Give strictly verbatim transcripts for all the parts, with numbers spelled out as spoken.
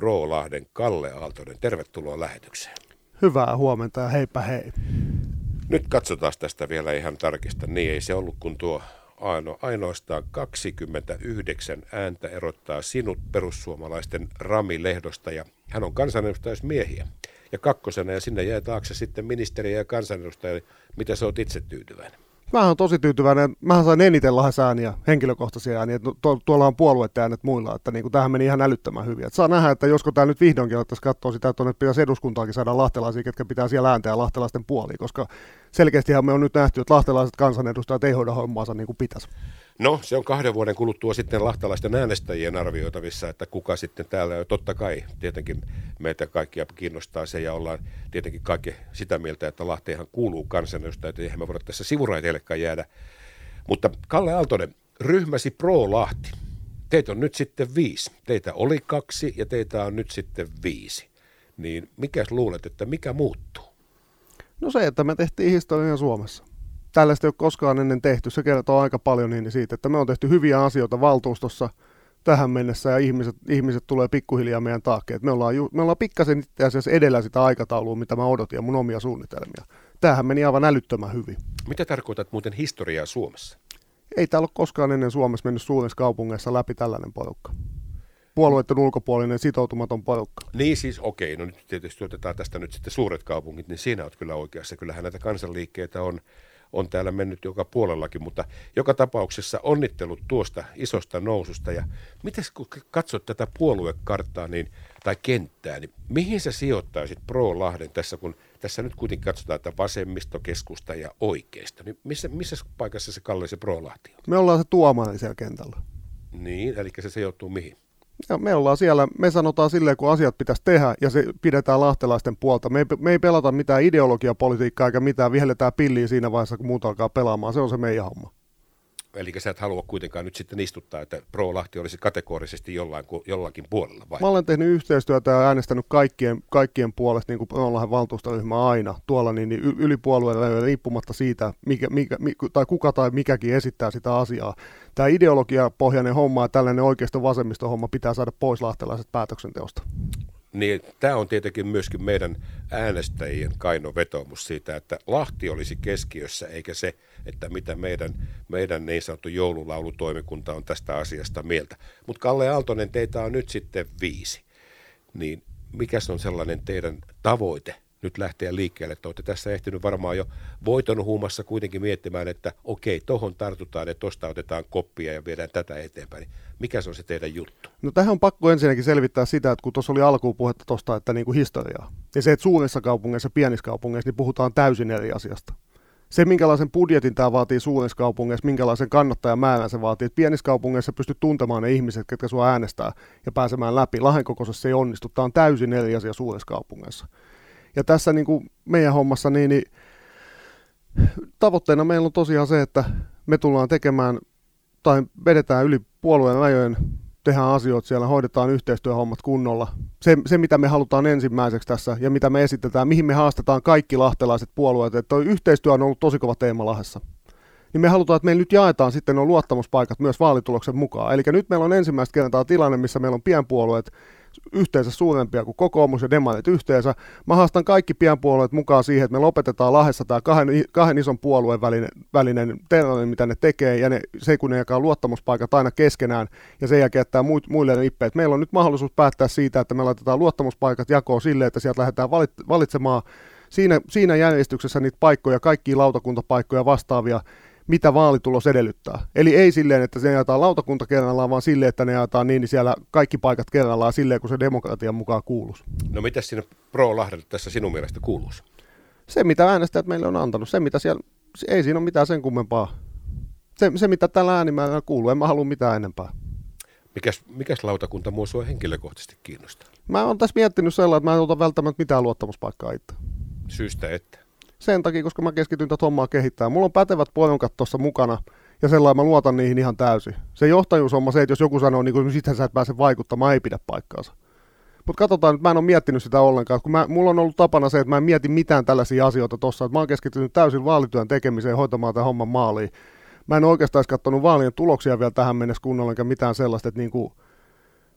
Pro-Lahden Kalle Aaltonen. Tervetuloa lähetykseen. Hyvää huomenta ja heipä hei. Nyt katsotaan tästä vielä ihan tarkista. Niin ei se ollut kun tuo aino, ainoastaan kaksikymmentäyhdeksän ääntä erottaa sinut perussuomalaisten Rami Lehdosta ja hän on kansanedustajasmiehiä. Ja kakkosena ja sinne jäi taakse sitten ministeriä ja kansanedustaja. Mitä sä oot itse tyytyväinen? Mä oon tosi tyytyväinen. Mähän sain eniten Lahdessa ääniä, henkilökohtaisia ääniä. Tu- tuolla on puolueet ja äänet muilla, että niin tämähän meni ihan älyttömän hyvin. Et saa nähdä, että josko tämä nyt vihdoinkin ottaisi katsoa sitä, että pitäisi eduskuntaakin saada lahtelaisia, ketkä pitää siellä ääntää lahtelaisten puoliin, koska selkeästihan me on nyt nähty, että lahtelaiset kansanedustajat ei hoida hommaansa niin kuin pitäisi. No, se on kahden vuoden kuluttua sitten lahtelaisten äänestäjien arvioitavissa, että kuka sitten täällä, ja totta kai tietenkin meitä kaikkia kiinnostaa se, ja ollaan tietenkin kaikki sitä mieltä, että Lahteenhan kuuluu kansanedustajat, eihän me voida tässä sivuraiteillekaan jäädä. Mutta Kalle Aaltonen, ryhmäsi Pro-Lahti, teitä on nyt sitten viisi, teitä oli kaksi ja teitä on nyt sitten viisi, niin mikäs luulet, että mikä muuttuu? No se, että me tehtiin historiaa Suomessa. Tällaista ei ole koskaan ennen tehty. Se kertoo aika paljon niin siitä, että me on tehty hyviä asioita valtuustossa tähän mennessä ja ihmiset, ihmiset tulee pikkuhiljaa meidän taakkeen. Me ollaan, ju, me ollaan pikkasen itse asiassa edellä sitä aikataulua, mitä mä odotin ja mun omia suunnitelmia. Tämähän meni aivan älyttömän hyvin. Mitä tarkoitat muuten historiaa Suomessa? Ei täällä ole koskaan ennen Suomessa mennyt suurissa kaupungeissa läpi tällainen porukka. Puolueiden ulkopuolinen sitoutumaton porukka. Niin siis, okei, no nyt tietysti otetaan tästä nyt sitten suuret kaupungit, niin siinä olet kyllä oikeassa. Kyllähän näitä kansanliikkeitä on. on täällä mennyt joka puolellakin, mutta joka tapauksessa onnittelut tuosta isosta noususta. Ja miten kun katsot tätä puoluekarttaa niin, tai kenttää, niin mihin sä sijoittaisit Pro-Lahden tässä, kun tässä nyt kuitenkin katsotaan, että vasemmisto, keskusta ja oikeisto, niin missä, missä paikassa se Kalle se Pro-Lahti on? Me ollaan se tuomari siellä kentällä. Niin, eli se sijoittuu mihin? Ja me ollaan siellä, me sanotaan silleen, kun asiat pitäisi tehdä, ja se pidetään lahtelaisten puolta. Me ei, me ei pelata mitään ideologiapolitiikkaa eikä mitään, vihelletään pilliä siinä vaiheessa, kun muut alkaa pelaamaan. Se on se meidän homma. Eli sä et halua kuitenkaan nyt sitten istuttaa, että Pro-Lahti olisi kategorisesti jollain, jollakin puolella vai? Mä olen tehnyt yhteistyötä ja äänestänyt kaikkien, kaikkien puolesta, niin kuin Pro-Lahden valtuustoryhmä aina, tuolla niin, niin yli puolueelle riippumatta siitä, mikä, mikä, tai kuka tai mikäkin esittää sitä asiaa. Tämä ideologiapohjainen homma ja tällainen oikeisto-vasemmisto homma pitää saada pois lahtelaiset päätöksenteosta. Niin, tämä on tietenkin myöskin meidän äänestäjien kaino vetoomus siitä, että Lahti olisi keskiössä, eikä se, että mitä meidän, meidän niin sanottu joululaulutoimikunta on tästä asiasta mieltä. Mutta Kalle Aaltonen, teitä on nyt sitten viisi. Niin mikäs on sellainen teidän tavoite nyt lähteä liikkeelle? Että olette tässä ehtinyt varmaan jo voiton huumassa kuitenkin miettimään, että okei, tohon tartutaan ja tosta otetaan koppia ja viedään tätä eteenpäin. Mikä se on se teidän juttu? No tähän on pakko ensinnäkin selvittää sitä, että kun tuossa oli alkuun puhetta tuosta, että niinku historiaa. Ja se, että suurissa kaupungeissa ja pienissä kaupungeissa, niin puhutaan täysin eri asiasta. Se, minkälaisen budjetin tämä vaatii suurissa kaupungeissa, minkälaisen kannattajamäärän se vaatii. Että pienissä kaupungeissa pystyt tuntemaan ne ihmiset, ketkä sua äänestää ja pääsemään läpi. Lahden kokoisessa se ei onnistu. Tämä on täysin eri asia suurissa kaupungeissa. Ja tässä niin kuin meidän hommassa, niin, niin tavoitteena meillä on tosiaan se, että me tullaan tekemään tai vedetään yli puolueen rajojen, tehdään asioita siellä, hoidetaan yhteistyöhommat kunnolla. Se, se, mitä me halutaan ensimmäiseksi tässä ja mitä me esitetään, mihin me haastetaan kaikki lahtelaiset puolueet, että toi yhteistyö on ollut tosi kova teema Lahdessa. Niin me halutaan, että me nyt jaetaan sitten nuo luottamuspaikat myös vaalituloksen mukaan. Eli nyt meillä on ensimmäistä kertaa tilanne, missä meillä on pienpuolueet yhteensä suurempia kuin kokoomus ja demarit yhteensä. Mä haastan kaikki pienpuolueet mukaan siihen, että me lopetetaan Lahdessa tämä kahden, kahden ison puolueen välinen, välinen terrori, mitä ne tekee, ja ne, se kun ne jakaa luottamuspaikat aina keskenään, ja sen jälkeen jättää muille rippeet. Meillä on nyt mahdollisuus päättää siitä, että me laitetaan luottamuspaikat jakoon silleen, että sieltä lähdetään valitsemaan siinä, siinä järjestyksessä niitä paikkoja, kaikkia lautakuntapaikkoja vastaavia, mitä vaalitulos edellyttää. Eli ei silleen, että se jaetaan lautakunta kerrallaan, vaan silleen, että ne jaetaan niin, niin siellä kaikki paikat kerrallaan silleen, kun se demokratian mukaan kuuluisi. No mitäs siinä Pro-Lahdelle tässä sinun mielestä kuuluisi? Se, mitä äänestäjät meille on antanut. Se, mitä siellä, ei siinä ole mitään sen kummempaa. Se, se mitä tällä äänimäärällä kuuluu. En mä halua mitään enempää. Mikäs, mikäs lautakunta mua sua henkilökohtaisesti kiinnostaa? Mä oon tässä miettinyt sellainen, että mä en ota välttämättä mitään luottamuspaikkaa itse. Syystä että? Sen takia, koska mä keskityn tätä hommaa kehittämään. Mulla on pätevät pojonkat tuossa mukana, ja sellainen mä luotan niihin ihan täysin. Se johtajuushomma, se, että jos joku sanoo, niin kuin sitten sä et pääse vaikuttamaan, ei pidä paikkaansa. Mutta katsotaan, että mä en ole miettinyt sitä ollenkaan. Kun mä, mulla on ollut tapana se, että mä en mieti mitään tällaisia asioita tuossa. Mä oon keskittynyt täysin vaalityön tekemiseen ja hoitamaan tämän homman maaliin. Mä en oikeastaan katsonut vaalien tuloksia vielä tähän mennessä kunnolla, enkä mitään sellaista, että niinku,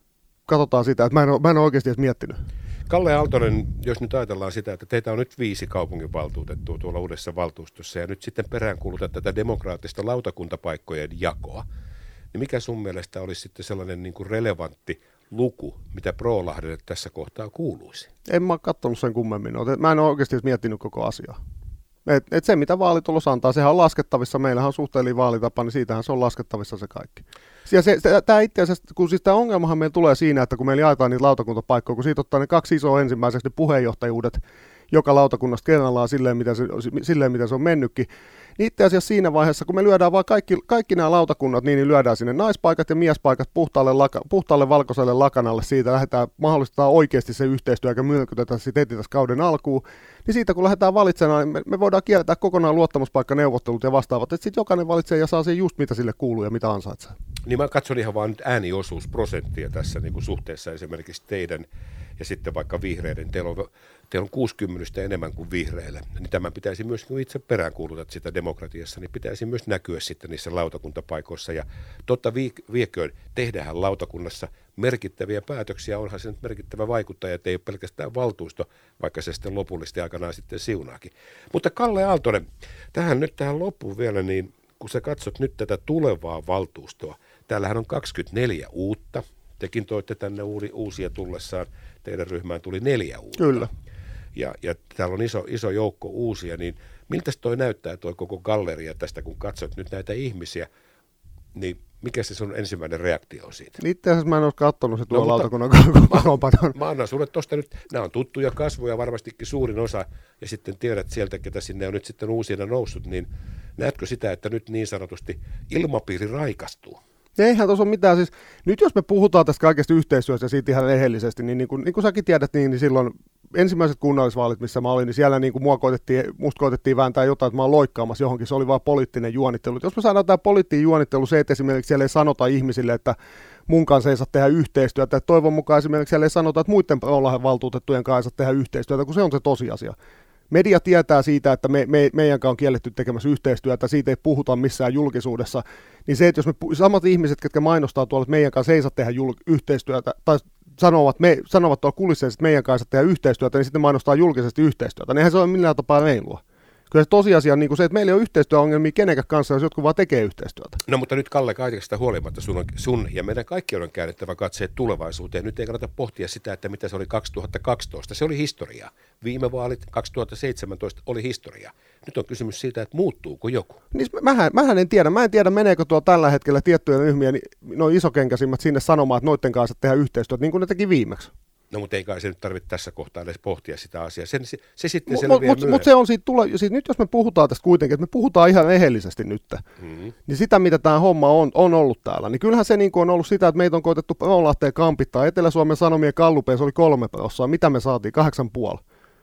katsotaan sitä, että mä en ole, mä en ole oikeasti edes miettinyt. Kalle Aaltonen, jos nyt ajatellaan sitä, että teitä on nyt viisi kaupunginvaltuutettua tuolla uudessa valtuustossa ja nyt sitten peräänkuulutat tätä demokraattista lautakuntapaikkojen jakoa, niin mikä sun mielestä olisi sitten sellainen niin kuin relevantti luku, mitä Prolahdelle tässä kohtaa kuuluisi? En mä ole katsonut sen kummemmin. Mä en ole oikeasti edes miettinyt koko asiaa. Et, et se, mitä vaalitulos antaa, sehän on laskettavissa. Meillähän on suhteellinen vaalitapa, niin siitähän se on laskettavissa se kaikki. Ja se, se, tämä itse asiassa, kun siis tämä ongelmahan meillä tulee siinä, että kun meillä jaetaan niitä lautakuntapaikkoja, kun siitä ottaa ne kaksi isoa ensimmäiseksi ne puheenjohtajuudet joka lautakunnasta kerrallaan silleen, mitä se, silleen, mitä se on mennytkin, niin itse asiassa siinä vaiheessa, kun me lyödään vaan kaikki, kaikki nämä lautakunnat, niin, niin lyödään sinne naispaikat ja miespaikat puhtaalle, laka, puhtaalle valkoiselle lakanalle, siitä lähdetään, mahdollistetaan oikeasti se yhteistyö, eikä myrkytetä sitten heti tässä kauden alkuun, niin siitä kun lähdetään valitsemaan, niin me, me voidaan kieltää kokonaan luottamuspaikkaneuvottelut ja vastaavat, että sitten jokainen valitsee ja saa sen just mitä sille kuuluu ja mitä ansaitsee. Niin mä katson ihan vaan nyt ääniosuusprosenttia tässä niin kuin suhteessa esimerkiksi teidän ja sitten vaikka vihreiden, teillä on, teillä on kuusikymmentä enemmän kuin vihreillä, niin tämän pitäisi myös, kun itse peräänkuulutat sitä demokratiassa, niin pitäisi myös näkyä sitten niissä lautakuntapaikoissa. Ja totta vieköön, tehdään lautakunnassa merkittäviä päätöksiä, onhan se nyt merkittävä vaikuttaja, että ei ole pelkästään valtuusto, vaikka se sitten lopullisesti aikanaan sitten siunaakin. Mutta Kalle Aaltonen, tähän nyt tähän loppuun vielä, niin kun sä katsot nyt tätä tulevaa valtuustoa, täällähän on kaksikymmentäneljä uutta, tekin toitte tänne uusia tullessaan, teidän ryhmään tuli neljä uutta. Kyllä. Ja, ja täällä on iso, iso joukko uusia, niin miltä toi näyttää toi koko galleria tästä, kun katsot nyt näitä ihmisiä, niin mikä se sun ensimmäinen reaktio on siitä? Itse asiassa mä en ole katsonut se tuo no, lautakunnan kokoonpanon. Mä annan sulle tuosta nyt, nämä on tuttuja kasvoja, varmastikin suurin osa, ja sitten tiedät sieltä, ketä sinne on nyt sitten uusina noussut, niin näetkö sitä, että nyt niin sanotusti ilmapiiri raikastuu? Eihän tuossa ole mitään, siis nyt jos me puhutaan tästä kaikesta yhteistyöstä ja siitä ihan rehellisesti, niin, niin, kuin, niin kuin säkin tiedät, niin, niin silloin ensimmäiset kunnallisvaalit, missä mä olin, niin siellä niin kuin mua koitettiin, musta koitettiin vääntää jotain, että mä oon loikkaamassa johonkin, se oli vaan poliittinen juonittelu. Jos me saadaan tämä poliittinen juonittelu, se, että esimerkiksi siellä ei sanota ihmisille, että mun kanssa ei saa tehdä yhteistyötä, että toivon mukaan esimerkiksi siellä ei sanota, että muiden Prolahdin valtuutettujen kanssa ei saa tehdä yhteistyötä, kun se on se tosiasia. Media tietää siitä, että me, me, meidän kanssa on kielletty tekemässä yhteistyötä, siitä ei puhuta missään julkisuudessa, niin se, että jos me samat ihmiset, ketkä mainostaa tuolla, että meidän kanssa ei saa tehdä jul- yhteistyötä, tai sanovat, me, sanovat tuolla kulisseissa, että meidän kanssa ei saa tehdä yhteistyötä, niin sitten mainostaa julkisesti yhteistyötä, niin eihän se ole millään tapaa reilua. Kyllä se tosiasia on niin kuin se, että meillä ei ole yhteistyöongelmia kenenkään kanssa, jos jotkut vaan tekee yhteistyötä. No mutta nyt Kalle, kaikesta huolimatta sun, on, sun ja meidän kaikki on käännettävä katseet tulevaisuuteen. Nyt ei kannata pohtia sitä, että mitä se oli kaksituhattakaksitoista. Se oli historiaa. Viime vaalit kaksituhattaseitsemäntoista oli historiaa. Nyt on kysymys siitä, että muuttuuko joku. Niin, mähän, mähän en tiedä. Mä en tiedä, meneekö tuo tällä hetkellä tiettyjä ryhmiä, niin noin isokenkäisimmät sinne sanomaan, että noiden kanssa tehdä yhteistyötä, niin kuin ne teki viimeksi. No mutta ei kai se nyt tarvitse tässä kohtaa edes pohtia sitä asiaa. Se, se, se sitten Mutta selviää mut, myöhemmin. Mutta se on siitä tule, siis nyt jos me puhutaan tästä kuitenkin, että me puhutaan ihan rehellisesti nyt, mm-hmm. niin sitä mitä tämä homma on, on ollut täällä, niin kyllähän se niin kuin on ollut sitä, että meitä on koetettu Prolahteen kampittaa. Etelä-Suomen Sanomien gallupeissa oli kolme prossaa. Mitä me saatiin? Kahdeksan puoli.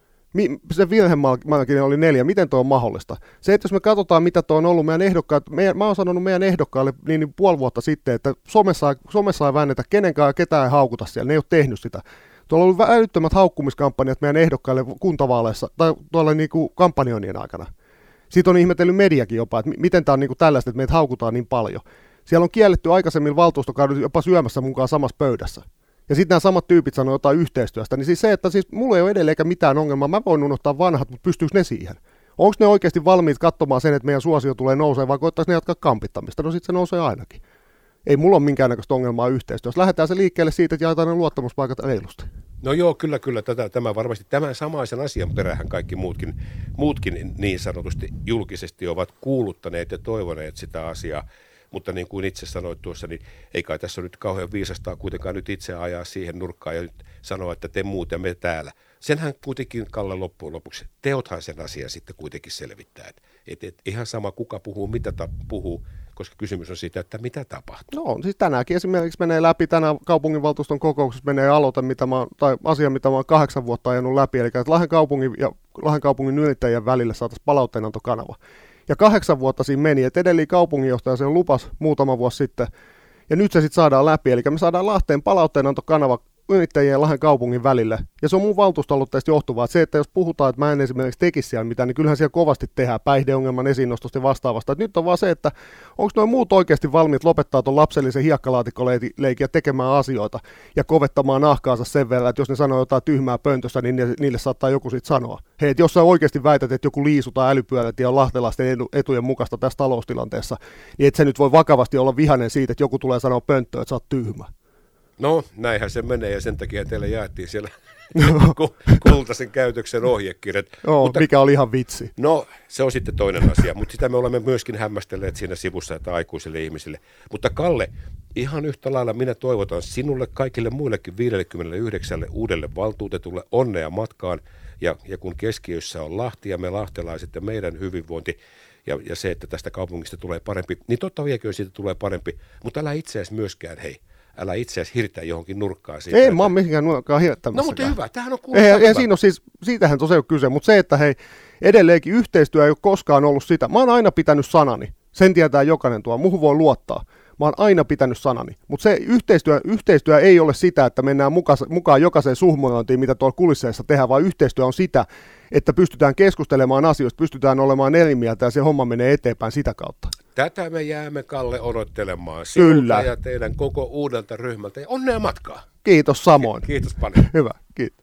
Se virhemarkkina oli neljä. Miten tuo on mahdollista? Se, että jos me katsotaan, mitä tuo on ollut meidän ehdokkaat, meidän, mä oon sanonut meidän ehdokkaille niin, niin puoli vuotta sitten, että somessa, somessa ei väännetä kenenkään ja ketään ei haukuta siellä. Ne ei ole tehnyt sitä. Tuolla on ollut älyttömät haukkumiskampanjat meidän ehdokkaille kuntavaaleissa tai tuolla niin kuin kampanjoinnin aikana. Siitä on ihmetellyt mediakin jopa, että miten tämä on niin kuin tällaista, että meitä haukutaan niin paljon. Siellä on kielletty aikaisemmin valtuustokaudella jopa syömässä mukaan samassa pöydässä. Ja sitten nämä samat tyypit sanoo jotain yhteistyöstä. Niin siis se, että siis mulla ei ole edelleenkään mitään ongelmaa, mä voin unohtaa vanhat, mutta pystyykö ne siihen? Onko ne oikeasti valmiit katsomaan sen, että meidän suosio tulee nousee, vai koettaisi ne jatkaa kampittamista? No sitten se nousee ainakin. Ei mulla ole minkäännäköistä ongelmaa yhteistyössä. Lähdetään se liikkeelle siitä, että jaetaan ne luottamuspaikat reilusti. No joo, kyllä, kyllä. Tätä, tämä varmasti tämän samaisen asian perähän kaikki muutkin, muutkin niin sanotusti julkisesti ovat kuuluttaneet ja toivoneet sitä asiaa. Mutta niin kuin itse sanoit tuossa, niin ei kai tässä ole nyt kauhean viisastaa kuitenkaan nyt itse ajaa siihen nurkkaan ja nyt sanoa, että te muut ja me täällä. Senhän kuitenkin, Kalle, loppujen lopuksi, teothan sen asian sitten kuitenkin selvittää. Et, et, et ihan sama kuka puhuu, mitä ta- puhuu, koska kysymys on siitä, että mitä tapahtuu. No siis tänäänkin esimerkiksi menee läpi, tänään kaupunginvaltuuston kokouksessa menee aloite, mitä mä, tai asia, mitä mä oon kahdeksan vuotta ajanut läpi, eli että Lahden kaupungin ja Lahden kaupungin yrittäjien välille saataisiin palautteenantokanava. Ja kahdeksan vuotta siinä meni, että edelleen kaupunginjohtaja sen lupasi muutama vuosi sitten, ja nyt se sitten saadaan läpi, eli me saadaan Lahteen palautteenantokanava suunnittäjien ja Lahden kaupungin välille. Ja se on mun valtuustoaloitteesta johtuvaa, että se, että jos puhutaan, että mä en esimerkiksi tekisi siellä mitään, niin kyllähän siellä kovasti tehdään päihdeongelman esiinnostosta ja vastaavasta. Et nyt on vaan se, että onko noin muut oikeasti valmiit lopettaa tuon lapsellisen hiekkalaatikkoleikin ja tekemään asioita ja kovettamaan nahkaansa sen verran, että jos ne sanoo jotain tyhmää pöntössä, niin ne, niille saattaa joku siitä sanoa. Hei, että jos sä oikeasti väität, että joku liisu tai älypyörätie on lahtelaisten edu, etujen mukaista tässä taloustilanteessa, niin et sä nyt voi vakavasti olla vihainen siitä, että joku tulee sanoa pönttöön, että sä oot tyhmä. No, näinhän se menee ja sen takia teille jaettiin siellä kultaisen käytöksen ohjekirjat. Joo, mutta, mikä oli ihan vitsi. No, se on sitten toinen asia, mutta sitä me olemme myöskin hämmästelleet siinä sivussa, että aikuisille ihmisille. Mutta Kalle, ihan yhtä lailla minä toivotan sinulle kaikille muillekin viisikymmentäyhdeksän uudelle valtuutetulle onnea matkaan. Ja, ja kun keskiössä on Lahti ja me lahtelaiset ja meidän hyvinvointi ja, ja se, että tästä kaupungista tulee parempi, niin totta vieköön siitä tulee parempi, mutta älä itseäsi myöskään, hei. Älä itseäsi hirtää johonkin nurkkaan siitä. Ei, että... mä oon mihinkään nurkkaan hirttämässä. No mutta hyvä, tämähän on kuullut. Ei, ei siinä on siis, siitähän tosiaan on kyse, mutta se, että hei, edelleenkin yhteistyö ei ole koskaan ollut sitä. Mä oon aina pitänyt sanani, sen tietää jokainen tuo, muuhun voi luottaa. Mä oon aina pitänyt sanani, mutta se yhteistyö, yhteistyö ei ole sitä, että mennään mukaan, mukaan jokaiseen suhmurointiin, mitä tuolla kulisseissa tehdään, vaan yhteistyö on sitä, että pystytään keskustelemaan asioista, pystytään olemaan eri mieltä ja se homma menee eteenpäin sitä kautta. Tätä me jäämme, Kalle, odottelemaan Kyllä. sinulta ja teidän koko uudelta ryhmältä ja onnea matkaa. Kiitos samoin. Kiitos paljon. Hyvä, kiitos.